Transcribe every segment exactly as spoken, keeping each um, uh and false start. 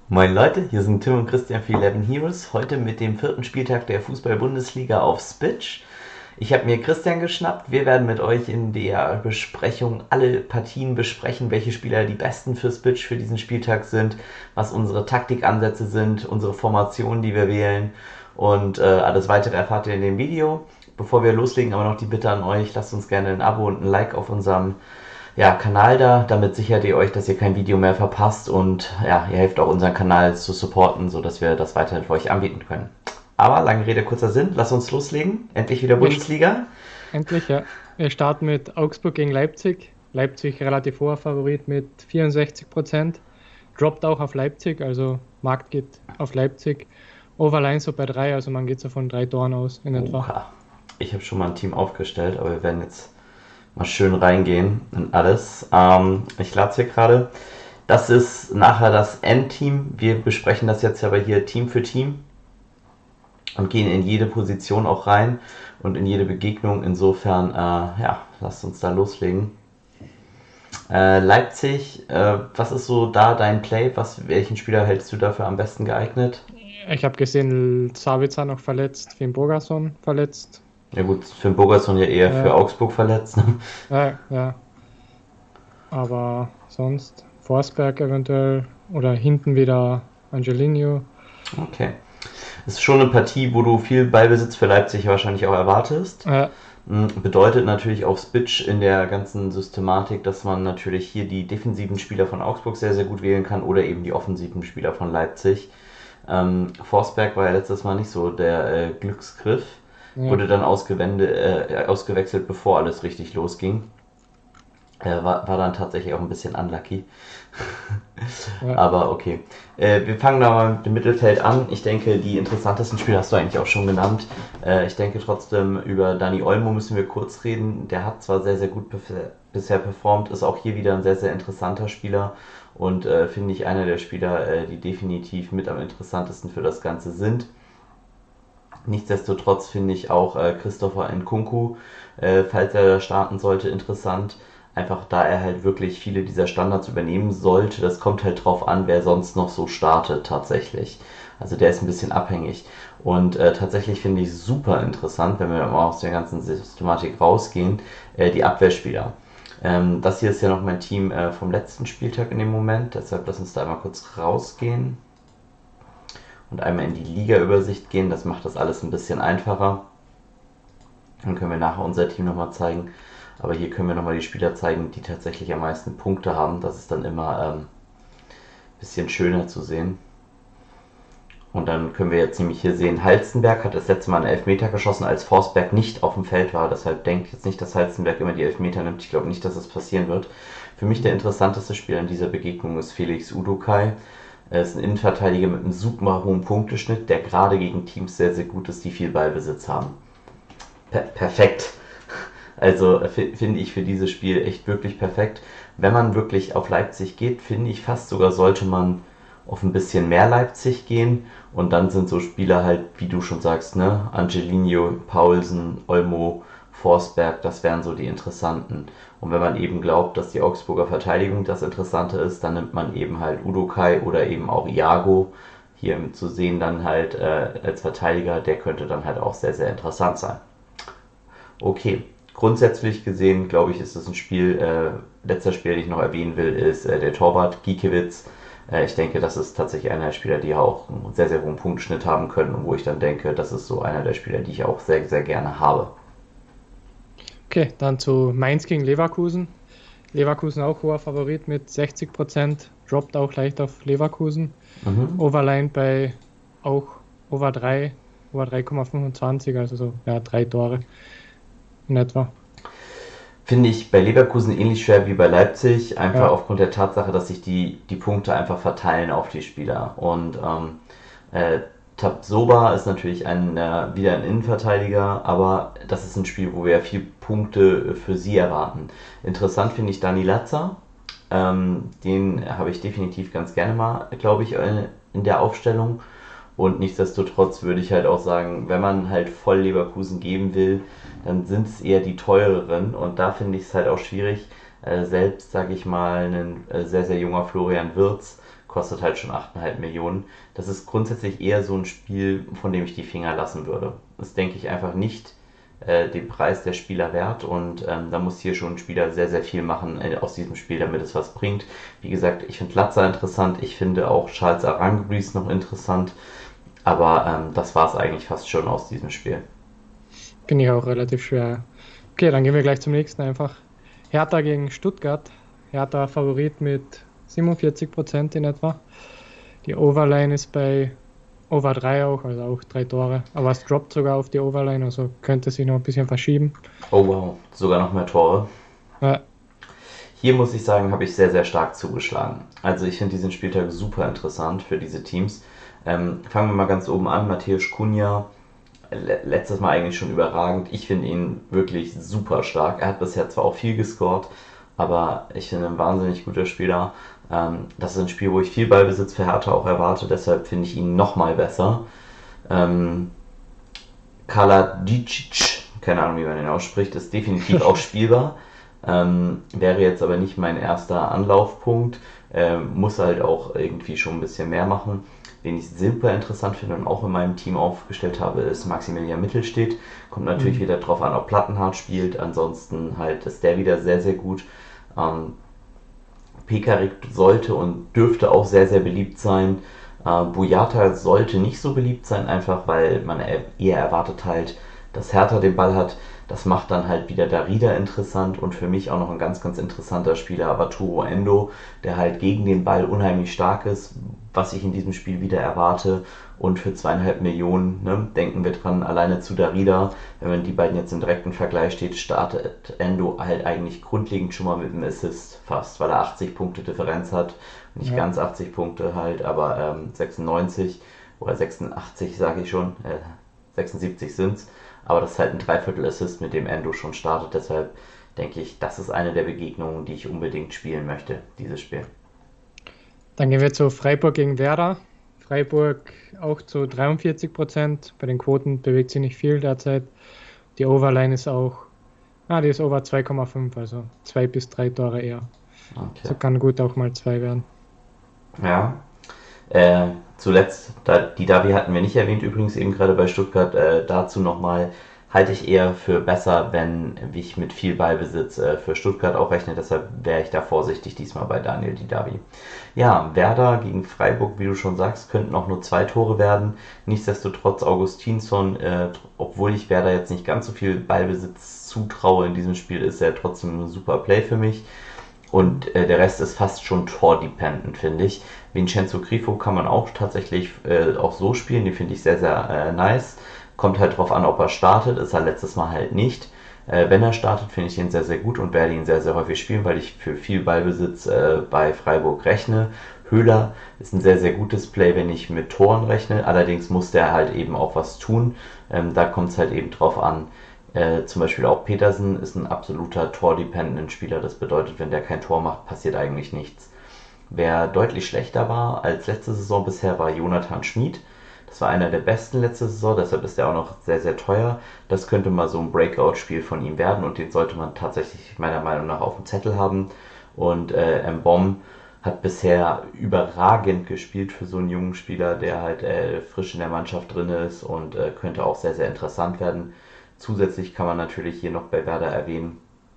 Moin Leute, hier sind Tim und Christian für Eleven Heroes, heute mit dem vierten Spieltag der Fußball-Bundesliga auf Spitch. Ich habe mir Christian geschnappt, wir werden mit euch in der Besprechung alle Partien besprechen, welche Spieler die besten für Spitch für diesen Spieltag sind, was unsere Taktikansätze sind, unsere Formationen, die wir wählen und äh, alles weitere erfahrt ihr in dem Video. Bevor wir loslegen, aber noch die Bitte an euch, lasst uns gerne ein Abo und ein Like auf unserem ja, Kanal da, damit sichert ihr euch, dass ihr kein Video mehr verpasst und ja, ihr helft auch unseren Kanal zu supporten, sodass wir das weiterhin für euch anbieten können. Aber lange Rede, kurzer Sinn, lass uns loslegen. Endlich wieder Bundesliga. Endlich, ja. Wir starten mit Augsburg gegen Leipzig. Leipzig relativ hoher Favorit mit vierundsechzig Prozent. Droppt auch auf Leipzig, also Markt geht auf Leipzig. Overline so bei drei, also man geht so von drei Toren aus in etwa. Oha. Ich habe schon mal ein Team aufgestellt, aber wir werden jetzt mal schön reingehen in alles. Ähm, ich lade es hier gerade. Das ist nachher das Endteam. Wir besprechen das jetzt aber hier Team für Team und gehen in jede Position auch rein und in jede Begegnung. Insofern, äh, ja, lasst uns da loslegen. Äh, Leipzig, äh, was ist so da dein Play? Was, welchen Spieler hältst du dafür am besten geeignet? Ich habe gesehen, Sabitzer noch verletzt, Finn Bogason verletzt. Ja gut, Finn Bogason ja eher Ja. für Augsburg verletzt. Ne? Ja, ja. Aber sonst Forsberg eventuell oder hinten wieder Angelino. Okay. Das ist schon eine Partie, wo du viel Ballbesitz für Leipzig wahrscheinlich auch erwartest. Ja, Bedeutet natürlich auf Spitch in der ganzen Systematik, dass man natürlich hier die defensiven Spieler von Augsburg sehr, sehr gut wählen kann oder eben die offensiven Spieler von Leipzig. Ähm, Forsberg war ja letztes Mal nicht so der äh, Glücksgriff, ja. wurde dann ausgewende, äh, ausgewechselt, bevor alles richtig losging. Äh, war, war dann tatsächlich auch ein bisschen unlucky. Ja. Aber okay. Äh, wir fangen da mal mit dem Mittelfeld an. Ich denke, die interessantesten Spieler hast du eigentlich auch schon genannt. Äh, ich denke trotzdem, über Dani Olmo müssen wir kurz reden. Der hat zwar sehr, sehr gut bef- bisher performt, ist auch hier wieder ein sehr, sehr interessanter Spieler. Und äh, finde ich einer der Spieler, äh, die definitiv mit am interessantesten für das Ganze sind. Nichtsdestotrotz finde ich auch äh, Christopher Nkunku, äh, falls er da starten sollte, interessant. Einfach da er halt wirklich viele dieser Standards übernehmen sollte. Das kommt halt drauf an, wer sonst noch so startet tatsächlich. Also der ist ein bisschen abhängig. Und äh, tatsächlich finde ich super interessant, wenn wir mal aus der ganzen Systematik rausgehen, äh, die Abwehrspieler. Ähm, das hier ist ja noch mein Team äh, vom letzten Spieltag in dem Moment. Deshalb lass uns da einmal kurz rausgehen und einmal in die Liga-Übersicht gehen. Das macht das alles ein bisschen einfacher. Dann können wir nachher unser Team nochmal zeigen. Aber hier können wir nochmal die Spieler zeigen, die tatsächlich am meisten Punkte haben. Das ist dann immer ein ähm, bisschen schöner zu sehen. Und dann können wir jetzt nämlich hier sehen, Halstenberg hat das letzte Mal einen Elfmeter geschossen, als Forsberg nicht auf dem Feld war. Deshalb denkt jetzt nicht, dass Halstenberg immer die Elfmeter nimmt. Ich glaube nicht, dass das passieren wird. Für mich der interessanteste Spieler in dieser Begegnung ist Felix Udokai. Er ist ein Innenverteidiger mit einem super hohen Punkteschnitt, der gerade gegen Teams sehr, sehr gut ist, die viel Ballbesitz haben. Per- perfekt. Also finde ich für dieses Spiel echt wirklich perfekt. Wenn man wirklich auf Leipzig geht, finde ich fast sogar sollte man auf ein bisschen mehr Leipzig gehen. Und dann sind so Spieler halt, wie du schon sagst, ne, Angelino, Paulsen, Olmo, Forsberg, das wären so die interessanten. Und wenn man eben glaubt, dass die Augsburger Verteidigung das Interessante ist, dann nimmt man eben halt Udokai oder eben auch Iago. Hier zu sehen dann halt äh, als Verteidiger, der könnte dann halt auch sehr, sehr interessant sein. Okay. Grundsätzlich gesehen, glaube ich, ist das ein Spiel, äh, letzter Spieler, den ich noch erwähnen will, ist äh, der Torwart Giekewitz. Äh, ich denke, das ist tatsächlich einer der Spieler, die auch einen sehr, sehr hohen Punktschnitt haben können und wo ich dann denke, das ist so einer der Spieler, die ich auch sehr, sehr gerne habe. Okay, dann zu Mainz gegen Leverkusen. Leverkusen auch hoher Favorit mit sechzig Prozent. Droppt auch leicht auf Leverkusen. Mhm. Overline bei auch Over drei, Over drei Komma fünfundzwanzig, also so ja, drei Tore in etwa. Finde ich bei Leverkusen ähnlich schwer wie bei Leipzig, einfach Ja. aufgrund der Tatsache, dass sich die, die Punkte einfach verteilen auf die Spieler. Und ähm, äh, Tabsoba ist natürlich ein, äh, wieder ein Innenverteidiger, aber das ist ein Spiel, wo wir ja viel Punkte für sie erwarten. Interessant finde ich Dani Latza. Ähm, den habe ich definitiv ganz gerne mal, glaube ich, in der Aufstellung. Und nichtsdestotrotz würde ich halt auch sagen, wenn man halt voll Leverkusen geben will, dann sind es eher die teureren. Und da finde ich es halt auch schwierig. Äh, selbst, sage ich mal, ein äh, sehr, sehr junger Florian Wirtz kostet halt schon acht Komma fünf Millionen. Das ist grundsätzlich eher so ein Spiel, von dem ich die Finger lassen würde. Das denke ich einfach nicht äh, den Preis der Spieler wert und ähm, da muss hier schon ein Spieler sehr, sehr viel machen äh, aus diesem Spiel, damit es was bringt. Wie gesagt, ich finde Latza interessant, ich finde auch Charles Arangris noch interessant, aber ähm, das war es eigentlich fast schon aus diesem Spiel. Finde ich auch relativ schwer. Okay, dann gehen wir gleich zum nächsten einfach. Hertha gegen Stuttgart. Hertha Favorit mit siebenundvierzig Prozent in etwa. Die Overline ist bei Over drei auch, also auch drei Tore. Aber es droppt sogar auf die Overline, also könnte sich noch ein bisschen verschieben. Oh wow, sogar noch mehr Tore. Ja. Hier muss ich sagen, habe ich sehr, sehr stark zugeschlagen. Also ich finde diesen Spieltag super interessant für diese Teams. Ähm, fangen wir mal ganz oben an. Mateusz Cunha, le- letztes Mal eigentlich schon überragend. Ich finde ihn wirklich super stark. Er hat bisher zwar auch viel gescored, aber ich finde ihn ein wahnsinnig guter Spieler. Ähm, das ist ein Spiel, wo ich viel Ballbesitz für Hertha auch erwarte, deshalb finde ich ihn nochmal besser. Ähm, Kalajdzic, keine Ahnung, wie man den ausspricht, ist definitiv auch spielbar. Ähm, wäre jetzt aber nicht mein erster Anlaufpunkt. Ähm, muss halt auch irgendwie schon ein bisschen mehr machen. Wen ich super interessant finde und auch in meinem Team aufgestellt habe, ist Maximilian Mittelstädt. Kommt natürlich mhm. wieder drauf an, ob Plattenhardt spielt. Ansonsten halt ist der wieder sehr, sehr gut. Ähm, Pekarik sollte und dürfte auch sehr, sehr beliebt sein. Äh, Boyata sollte nicht so beliebt sein, einfach weil man eher erwartet halt, dass Hertha den Ball hat. Das macht dann halt wieder Darida interessant und für mich auch noch ein ganz, ganz interessanter Spieler, Wataru Endo, der halt gegen den Ball unheimlich stark ist, was ich in diesem Spiel wieder erwarte. Und für zweieinhalb Millionen, ne, denken wir dran, alleine zu Darida, wenn man die beiden jetzt im direkten Vergleich steht, startet Endo halt eigentlich grundlegend schon mal mit einem Assist fast, weil er achtzig Punkte Differenz hat. Nicht ja. ganz achtzig Punkte halt, aber ähm, sechsundneunzig oder sechsundachtzig sage ich schon, äh, sechsundsiebzig sind's. Aber das ist halt ein Dreiviertel-Assist, mit dem Endo schon startet. Deshalb denke ich, das ist eine der Begegnungen, die ich unbedingt spielen möchte, dieses Spiel. Dann gehen wir zu Freiburg gegen Werder. Freiburg auch zu dreiundvierzig Prozent. Bei den Quoten bewegt sich nicht viel derzeit. Die Overline ist auch, ah, die ist over zwei Komma fünf, also zwei bis drei Tore eher. Okay. So kann gut auch mal zwei werden. Ja. Äh, zuletzt, da, die Davi hatten wir nicht erwähnt, übrigens eben gerade bei Stuttgart, äh, dazu nochmal, halte ich eher für besser, wenn ich mit viel Ballbesitz äh, für Stuttgart auch rechne, deshalb wäre ich da vorsichtig diesmal bei Daniel Didavi. Ja, Werder gegen Freiburg, wie du schon sagst, könnten auch nur zwei Tore werden, nichtsdestotrotz Augustinsson, äh, obwohl ich Werder jetzt nicht ganz so viel Ballbesitz zutraue in diesem Spiel, ist er trotzdem ein super Play für mich. Und äh, der Rest ist fast schon Tor-dependent, finde ich. Vincenzo Grifo kann man auch tatsächlich äh, auch so spielen, den finde ich sehr, sehr äh, nice. Kommt halt drauf an, ob er startet, ist er letztes Mal halt nicht. Äh, wenn er startet, finde ich ihn sehr, sehr gut und werde ihn sehr, sehr häufig spielen, weil ich für viel Ballbesitz äh, bei Freiburg rechne. Höhler ist ein sehr, sehr gutes Play, wenn ich mit Toren rechne. Allerdings muss der halt eben auch was tun. Ähm, da kommt es halt eben drauf an. Äh, zum Beispiel auch Petersen ist ein absoluter Tor-dependent Spieler. Das bedeutet, wenn der kein Tor macht, passiert eigentlich nichts. Wer deutlich schlechter war als letzte Saison bisher, war Jonathan Schmid. Das war einer der besten letzte Saison, deshalb ist er auch noch sehr, sehr teuer. Das könnte mal so ein Breakout-Spiel von ihm werden und den sollte man tatsächlich meiner Meinung nach auf dem Zettel haben. Und äh, Mbom hat bisher überragend gespielt für so einen jungen Spieler, der halt äh, frisch in der Mannschaft drin ist und äh, könnte auch sehr, sehr interessant werden. Zusätzlich kann man natürlich hier noch bei Werder erwähnen,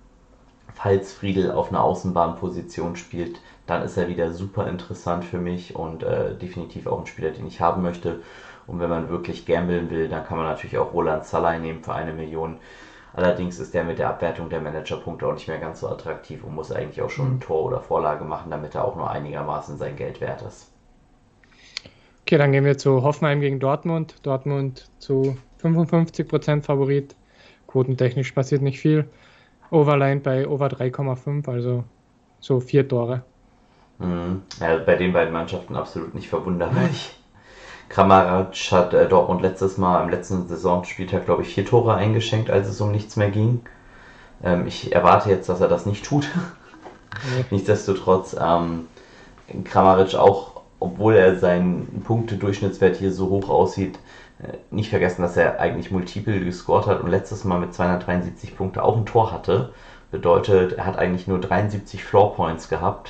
falls Friedl auf einer Außenbahnposition spielt, dann ist er wieder super interessant für mich und äh, definitiv auch ein Spieler, den ich haben möchte. Und wenn man wirklich gamblen will, dann kann man natürlich auch Roland Salai nehmen für eine Million. Allerdings ist der mit der Abwertung der Managerpunkte auch nicht mehr ganz so attraktiv und muss eigentlich auch schon ein Tor oder Vorlage machen, damit er auch nur einigermaßen sein Geld wert ist. Okay, dann gehen wir zu Hoffenheim gegen Dortmund. Dortmund zu fünfundfünfzig Prozent Favorit. Quotentechnisch passiert nicht viel. Overline bei over drei Komma fünf, also so vier Tore. Mhm. Ja, bei den beiden Mannschaften absolut nicht verwunderlich. Kramaric hat äh, Dortmund letztes Mal am letzten Saisonspieltag, glaube ich, vier Tore eingeschenkt, als es um nichts mehr ging. Ähm, ich erwarte jetzt, dass er das nicht tut. Nee. Nichtsdestotrotz, ähm, Kramaric auch, obwohl er seinen Punktedurchschnittswert hier so hoch aussieht, äh, nicht vergessen, dass er eigentlich multiple gescored hat und letztes Mal mit zweihundertdreiundsiebzig Punkte auch ein Tor hatte. Bedeutet, er hat eigentlich nur dreiundsiebzig Floor Points gehabt.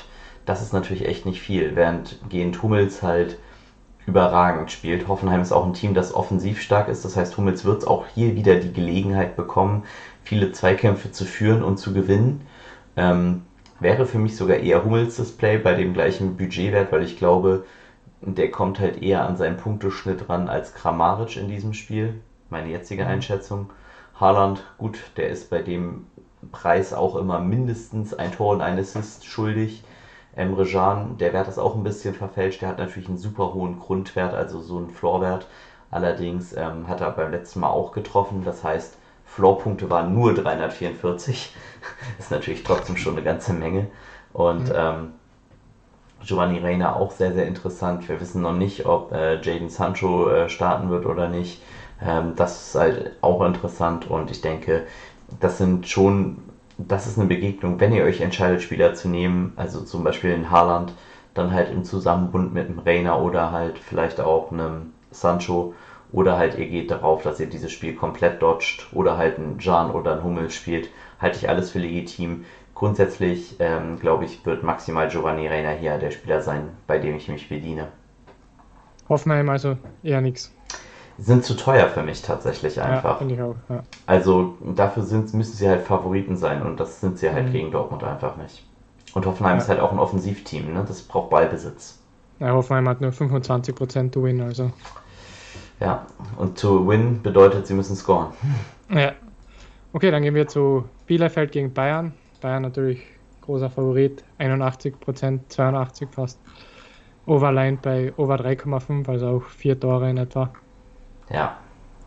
das ist natürlich echt nicht viel, während Gehend Hummels halt überragend spielt. Hoffenheim ist auch ein Team, das offensiv stark ist, das heißt, Hummels wird auch hier wieder die Gelegenheit bekommen, viele Zweikämpfe zu führen und zu gewinnen. Ähm, wäre für mich sogar eher Hummels Display bei dem gleichen Budgetwert, weil ich glaube, der kommt halt eher an seinen Punkteschnitt ran als Kramaric in diesem Spiel. Meine jetzige Einschätzung. Haaland, gut, der ist bei dem Preis auch immer mindestens ein Tor und ein Assist schuldig. Emre Can, der Wert ist auch ein bisschen verfälscht. Der hat natürlich einen super hohen Grundwert, also so einen Floorwert. Allerdings ähm, hat er beim letzten Mal auch getroffen. Das heißt, Floorpunkte waren nur dreihundertvierundvierzig. Das ist natürlich trotzdem schon eine ganze Menge. Und mhm. ähm, Giovanni Reina auch sehr, sehr interessant. Wir wissen noch nicht, ob äh, Jadon Sancho äh, starten wird oder nicht. Ähm, das ist halt auch interessant und ich denke, das sind schon, das ist eine Begegnung, wenn ihr euch entscheidet, Spieler zu nehmen, also zum Beispiel in Haaland, dann halt im Zusammenbund mit einem Reina oder halt vielleicht auch einem Sancho oder halt ihr geht darauf, dass ihr dieses Spiel komplett dodgt oder halt einen Can oder einen Hummel spielt, halte ich alles für legitim. Grundsätzlich, ähm, glaube ich, wird maximal Giovanni Reina hier der Spieler sein, bei dem ich mich bediene. Hoffenheim also eher nichts. Sind zu teuer für mich tatsächlich einfach. Ja, finde ich auch, ja. Also dafür sind, müssen sie halt Favoriten sein und das sind sie halt mhm. gegen Dortmund einfach nicht. Und Hoffenheim ja. ist halt auch ein Offensivteam, ne? Das braucht Ballbesitz. Ja, Hoffenheim hat nur fünfundzwanzig Prozent to win, also. Ja, und to win bedeutet, sie müssen scoren. Ja. Okay, dann gehen wir zu Bielefeld gegen Bayern. Bayern natürlich großer Favorit, einundachtzig Prozent, zweiundachtzig fast. Overline bei over drei Komma fünf, also auch vier Tore in etwa. Ja.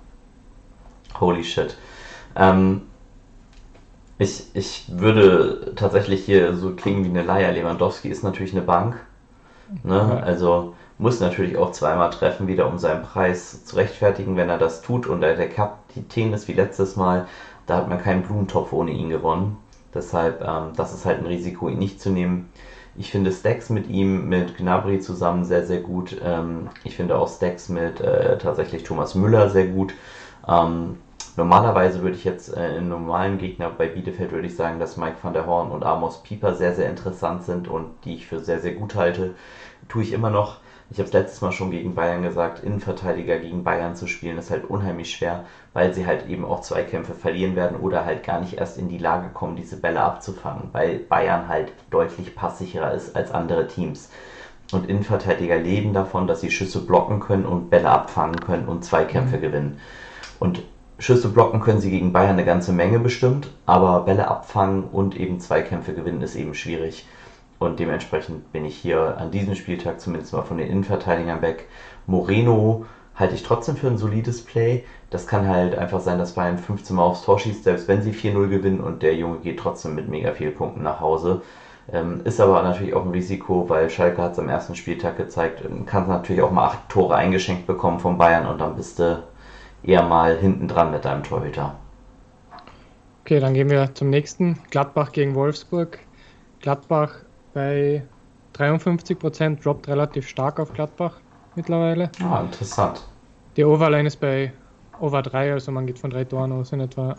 Holy shit. Ähm, ich, ich würde tatsächlich hier so klingen wie eine Leier. Lewandowski ist natürlich eine Bank. Ne? Ja. Also muss natürlich auch zweimal treffen, wieder um seinen Preis zu rechtfertigen, wenn er das tut. Und der Kapitän ist wie letztes Mal, da hat man keinen Blumentopf ohne ihn gewonnen. Deshalb, ähm, das ist halt ein Risiko, ihn nicht zu nehmen. Ich finde Stacks mit ihm, mit Gnabry zusammen sehr, sehr gut. Ähm, ich finde auch Stacks mit äh, tatsächlich Thomas Müller sehr gut. Ähm, normalerweise würde ich jetzt äh, im normalen Gegner bei Bielefeld würde ich sagen, dass Mike van der Horn und Amos Pieper sehr, sehr interessant sind und die ich für sehr, sehr gut halte. Tue ich immer noch. Ich habe es letztes Mal schon gegen Bayern gesagt, Innenverteidiger gegen Bayern zu spielen ist halt unheimlich schwer, weil sie halt eben auch Zweikämpfe verlieren werden oder halt gar nicht erst in die Lage kommen, diese Bälle abzufangen, weil Bayern halt deutlich passsicherer ist als andere Teams. Und Innenverteidiger leben davon, dass sie Schüsse blocken können und Bälle abfangen können und Zweikämpfe mhm. gewinnen. Und Schüsse blocken können sie gegen Bayern eine ganze Menge bestimmt, aber Bälle abfangen und eben Zweikämpfe gewinnen ist eben schwierig. Und dementsprechend bin ich hier an diesem Spieltag zumindest mal von den Innenverteidigern weg. Moreno halte ich trotzdem für ein solides Play. Das kann halt einfach sein, dass Bayern fünfzehn Mal aufs Tor schießt, selbst wenn sie vier null gewinnen und der Junge geht trotzdem mit mega vielen Punkten nach Hause. Ähm, ist aber natürlich auch ein Risiko, weil Schalke hat es am ersten Spieltag gezeigt, kann natürlich auch mal acht Tore eingeschenkt bekommen von Bayern und dann bist du eher mal hinten dran mit deinem Torhüter. Okay, dann gehen wir zum nächsten. Gladbach gegen Wolfsburg. Gladbach bei dreiundfünfzig Prozent, droppt relativ stark auf Gladbach mittlerweile. Ah, interessant. Die Overline ist bei Over drei, also man geht von drei Toren aus in etwa.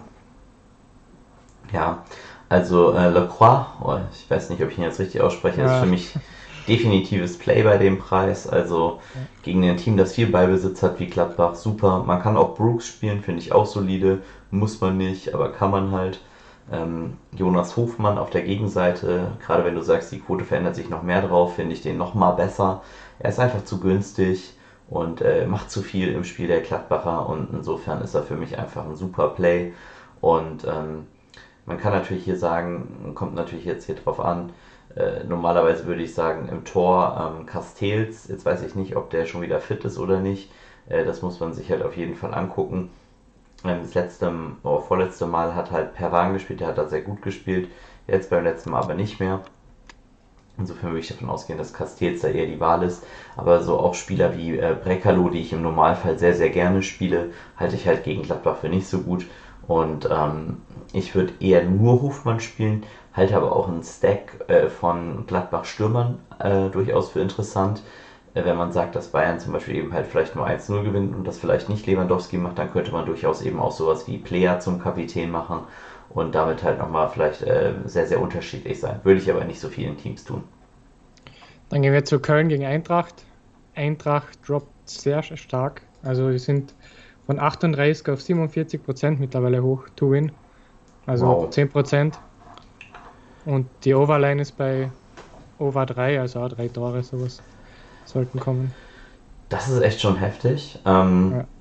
Ja, also äh, Lacroix, oh, ich weiß nicht, ob ich ihn jetzt richtig ausspreche, ja. ist für mich definitives Play bei dem Preis. Also ja. gegen ein Team, das viel Ballbesitz hat wie Gladbach, super. Man kann auch Brooks spielen, finde ich auch solide. Muss man nicht, aber kann man halt. Ähm, Jonas Hofmann auf der Gegenseite, gerade wenn du sagst, die Quote verändert sich noch mehr drauf, finde ich den noch mal besser. Er ist einfach zu günstig und äh, macht zu viel im Spiel der Gladbacher und insofern ist er für mich einfach ein super Play. Und ähm, man kann natürlich hier sagen, kommt natürlich jetzt hier drauf an, äh, normalerweise würde ich sagen im Tor ähm, Castells, jetzt weiß ich nicht, ob der schon wieder fit ist oder nicht, äh, das muss man sich halt auf jeden Fall angucken. Das letzte oder vorletzte Mal hat halt Perwan gespielt, der hat da sehr gut gespielt, jetzt beim letzten Mal aber nicht mehr. Insofern würde ich davon ausgehen, dass Castells da eher die Wahl ist. Aber so auch Spieler wie äh, Brekalo, die ich im Normalfall sehr, sehr gerne spiele, halte ich halt gegen Gladbach für nicht so gut. Und ähm, ich würde eher nur Hofmann spielen, halte aber auch einen Stack äh, von Gladbach-Stürmern äh, durchaus für interessant. Wenn man sagt, dass Bayern zum Beispiel eben halt vielleicht nur eins null gewinnt und das vielleicht nicht Lewandowski macht, dann könnte man durchaus eben auch sowas wie Player zum Kapitän machen und damit halt nochmal vielleicht äh, sehr, sehr unterschiedlich sein. Würde ich aber nicht so vielen Teams tun. Dann gehen wir zu Köln gegen Eintracht. Eintracht droppt sehr stark. Also die sind von achtunddreißig auf siebenundvierzig Prozent mittlerweile hoch to win. Also Wow. zehn Prozent. Und die Overline ist bei Over drei, also auch drei Tore, sowas sollten kommen. Das ist echt schon heftig. Ähm, Ja.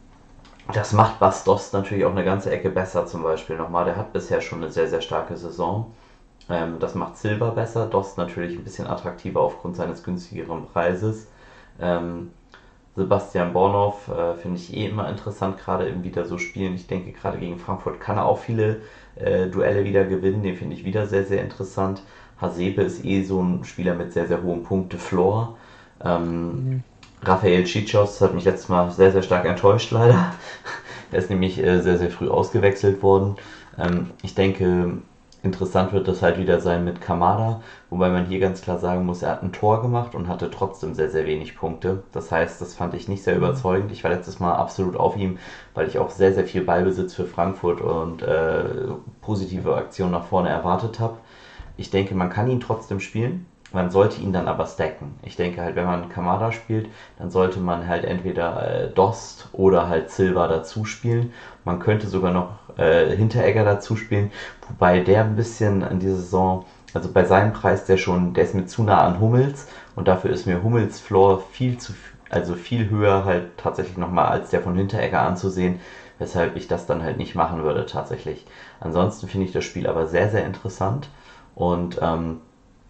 das macht Bas Dost natürlich auch eine ganze Ecke besser zum Beispiel nochmal. Der hat bisher schon eine sehr, sehr starke Saison. Ähm, das macht Silva besser. Dost natürlich ein bisschen attraktiver aufgrund seines günstigeren Preises. Ähm, Sebastian Bornhoff äh, finde ich eh immer interessant, gerade im wieder so spielen. Ich denke, gerade gegen Frankfurt kann er auch viele äh, Duelle wieder gewinnen. Den finde ich wieder sehr, sehr interessant. Hasebe ist eh so ein Spieler mit sehr, sehr hohem Punkte-Floor. Ähm, Mhm. Rafael Chichos hat mich letztes Mal sehr, sehr stark enttäuscht, leider. Er ist nämlich äh, sehr, sehr früh ausgewechselt worden. Ähm, ich denke, interessant wird das halt wieder sein mit Kamada, wobei man hier ganz klar sagen muss, er hat ein Tor gemacht und hatte trotzdem sehr, sehr wenig Punkte. Das heißt, das fand ich nicht sehr Mhm. überzeugend. Ich war letztes Mal absolut auf ihm, weil ich auch sehr, sehr viel Ballbesitz für Frankfurt und äh, positive Aktionen nach vorne erwartet habe. Ich denke, man kann ihn trotzdem spielen. Man sollte ihn dann aber stacken. Ich denke halt, wenn man Kamada spielt, dann sollte man halt entweder äh, Dost oder halt Silva dazu spielen. Man könnte sogar noch äh, Hinteregger dazu spielen, wobei der ein bisschen in dieser Saison, also bei seinem Preis, der schon, der ist mir zu nah an Hummels und dafür ist mir Hummels Floor viel zu, also viel höher halt tatsächlich nochmal als der von Hinteregger anzusehen, weshalb ich das dann halt nicht machen würde tatsächlich. Ansonsten finde ich das Spiel aber sehr, sehr interessant und ähm,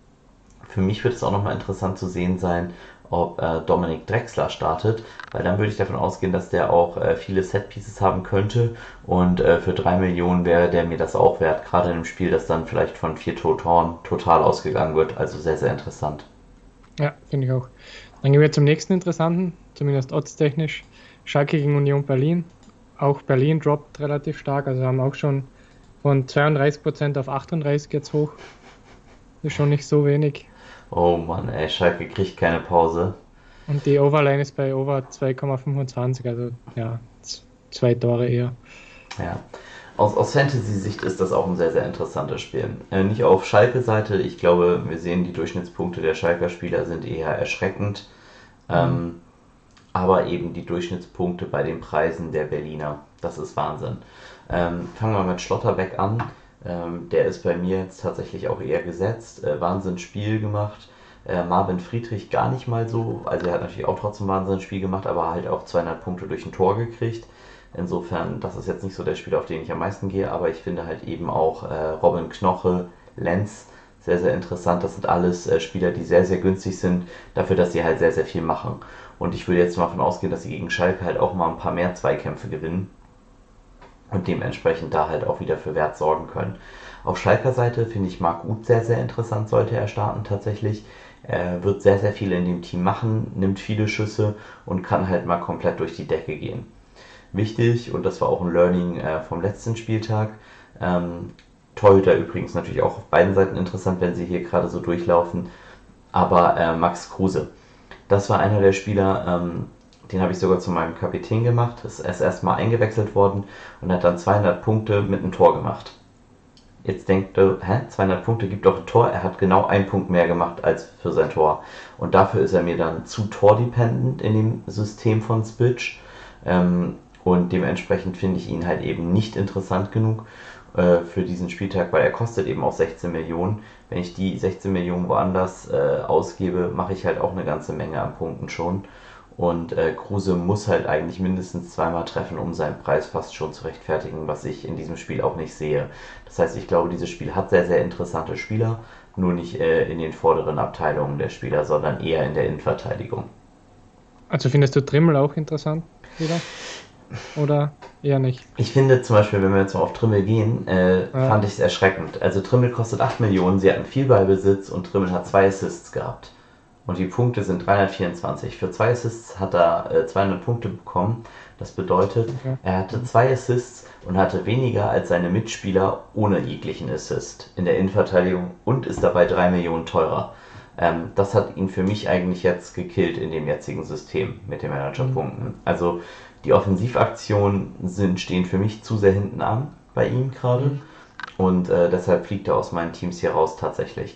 für mich wird es auch nochmal interessant zu sehen sein, ob äh, Dominik Drexler startet, weil dann würde ich davon ausgehen, dass der auch äh, viele Setpieces haben könnte und äh, für drei Millionen wäre der mir das auch wert, gerade in einem Spiel, das dann vielleicht von vier Toren total ausgegangen wird, also sehr, sehr interessant. Ja, finde ich auch. Dann gehen wir zum nächsten interessanten, zumindest oddstechnisch. Schalke gegen Union Berlin. Auch Berlin droppt relativ stark, also haben auch schon von zweiunddreißig Prozent auf achtunddreißig jetzt hoch. Ist schon nicht so wenig. Oh Mann, ey, Schalke kriegt keine Pause. Und die Overline ist bei Over zwei Komma fünfundzwanzig, also ja, z- zwei Tore eher. Ja. Aus, aus Fantasy-Sicht ist das auch ein sehr, sehr interessantes Spiel. Äh, nicht auf Schalke-Seite, ich glaube, wir sehen, die Durchschnittspunkte der Schalker Spieler sind eher erschreckend. Mhm. Ähm, aber eben die Durchschnittspunkte bei den Preisen der Berliner. Das ist Wahnsinn. Ähm, fangen wir mit Schlotterbeck an. Ähm, der ist bei mir jetzt tatsächlich auch eher gesetzt. Äh, Wahnsinnsspiel gemacht. Äh, Marvin Friedrich gar nicht mal so. Also er hat natürlich auch trotzdem Wahnsinnsspiel gemacht, aber halt auch zweihundert Punkte durch ein Tor gekriegt. Insofern, das ist jetzt nicht so der Spieler, auf den ich am meisten gehe, aber ich finde halt eben auch äh, Robin Knoche, Lenz sehr, sehr interessant. Das sind alles äh, Spieler, die sehr, sehr günstig sind, dafür, dass sie halt sehr, sehr viel machen. Und ich würde jetzt mal davon ausgehen, dass sie gegen Schalke halt auch mal ein paar mehr Zweikämpfe gewinnen und dementsprechend da halt auch wieder für Wert sorgen können. Auf Schalker Seite finde ich Marc Uth sehr, sehr interessant, sollte er starten tatsächlich. Er wird sehr, sehr viel in dem Team machen, nimmt viele Schüsse und kann halt mal komplett durch die Decke gehen. Wichtig, und das war auch ein Learning äh, vom letzten Spieltag, ähm, Torhüter übrigens natürlich auch auf beiden Seiten interessant, wenn sie hier gerade so durchlaufen, aber äh, Max Kruse. Das war einer der Spieler, ähm, den habe ich sogar zu meinem Kapitän gemacht. Ist erst erstmal eingewechselt worden und hat dann zweihundert Punkte mit einem Tor gemacht. Jetzt denkt er, hä, zweihundert Punkte gibt doch ein Tor. Er hat genau einen Punkt mehr gemacht als für sein Tor. Und dafür ist er mir dann zu tordependent in dem System von Spitch. Ähm, und dementsprechend finde ich ihn halt eben nicht interessant genug äh, für diesen Spieltag, weil er kostet eben auch sechzehn Millionen. Wenn ich die sechzehn Millionen woanders äh, ausgebe, mache ich halt auch eine ganze Menge an Punkten schon. Und äh, Kruse muss halt eigentlich mindestens zweimal treffen, um seinen Preis fast schon zu rechtfertigen, was ich in diesem Spiel auch nicht sehe. Das heißt, ich glaube, dieses Spiel hat sehr, sehr interessante Spieler, nur nicht äh, in den vorderen Abteilungen der Spieler, sondern eher in der Innenverteidigung. Also findest du Trimmel auch interessant wieder? Oder eher nicht? Ich finde zum Beispiel, wenn wir jetzt mal auf Trimmel gehen, äh, Ja, fand ich es erschreckend. Also Trimmel kostet acht Millionen, sie hatten viel Ballbesitz und Trimmel hat zwei Assists gehabt. Und die Punkte sind dreihundertvierundzwanzig. Für zwei Assists hat er äh, zweihundert Punkte bekommen. Das bedeutet, okay. er hatte zwei Assists und hatte weniger als seine Mitspieler ohne jeglichen Assist in der Innenverteidigung und ist dabei drei Millionen teurer. Ähm, das hat ihn für mich eigentlich jetzt gekillt in dem jetzigen System mit den Mhm. Managerpunkten. Also die Offensivaktionen sind, stehen für mich zu sehr hinten an bei ihm gerade. Mhm. Und äh, deshalb fliegt er aus meinen Teams hier raus tatsächlich.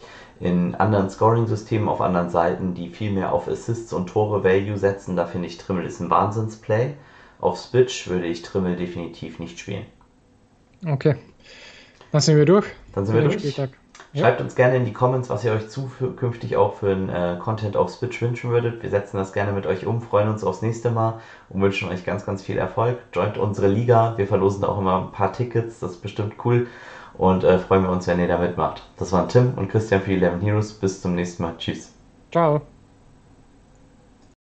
In anderen Scoring-Systemen auf anderen Seiten, die viel mehr auf Assists und Tore-Value setzen, da finde ich Trimmel ist ein Wahnsinnsplay. Auf Switch würde ich Trimmel definitiv nicht spielen. Okay, dann sind wir durch. Dann sind wir durch. Spieltag. Schreibt ja. uns gerne in die Comments, was ihr euch zukünftig auch für einen äh, Content auf Switch wünschen würdet. Wir setzen das gerne mit euch um, freuen uns aufs nächste Mal und wünschen euch ganz, ganz viel Erfolg. Joint unsere Liga, wir verlosen da auch immer ein paar Tickets, das ist bestimmt cool und äh, freuen wir uns, wenn ihr da mitmacht. Das waren Tim und Christian für Eleven Heroes. Bis zum nächsten Mal. Tschüss. Ciao.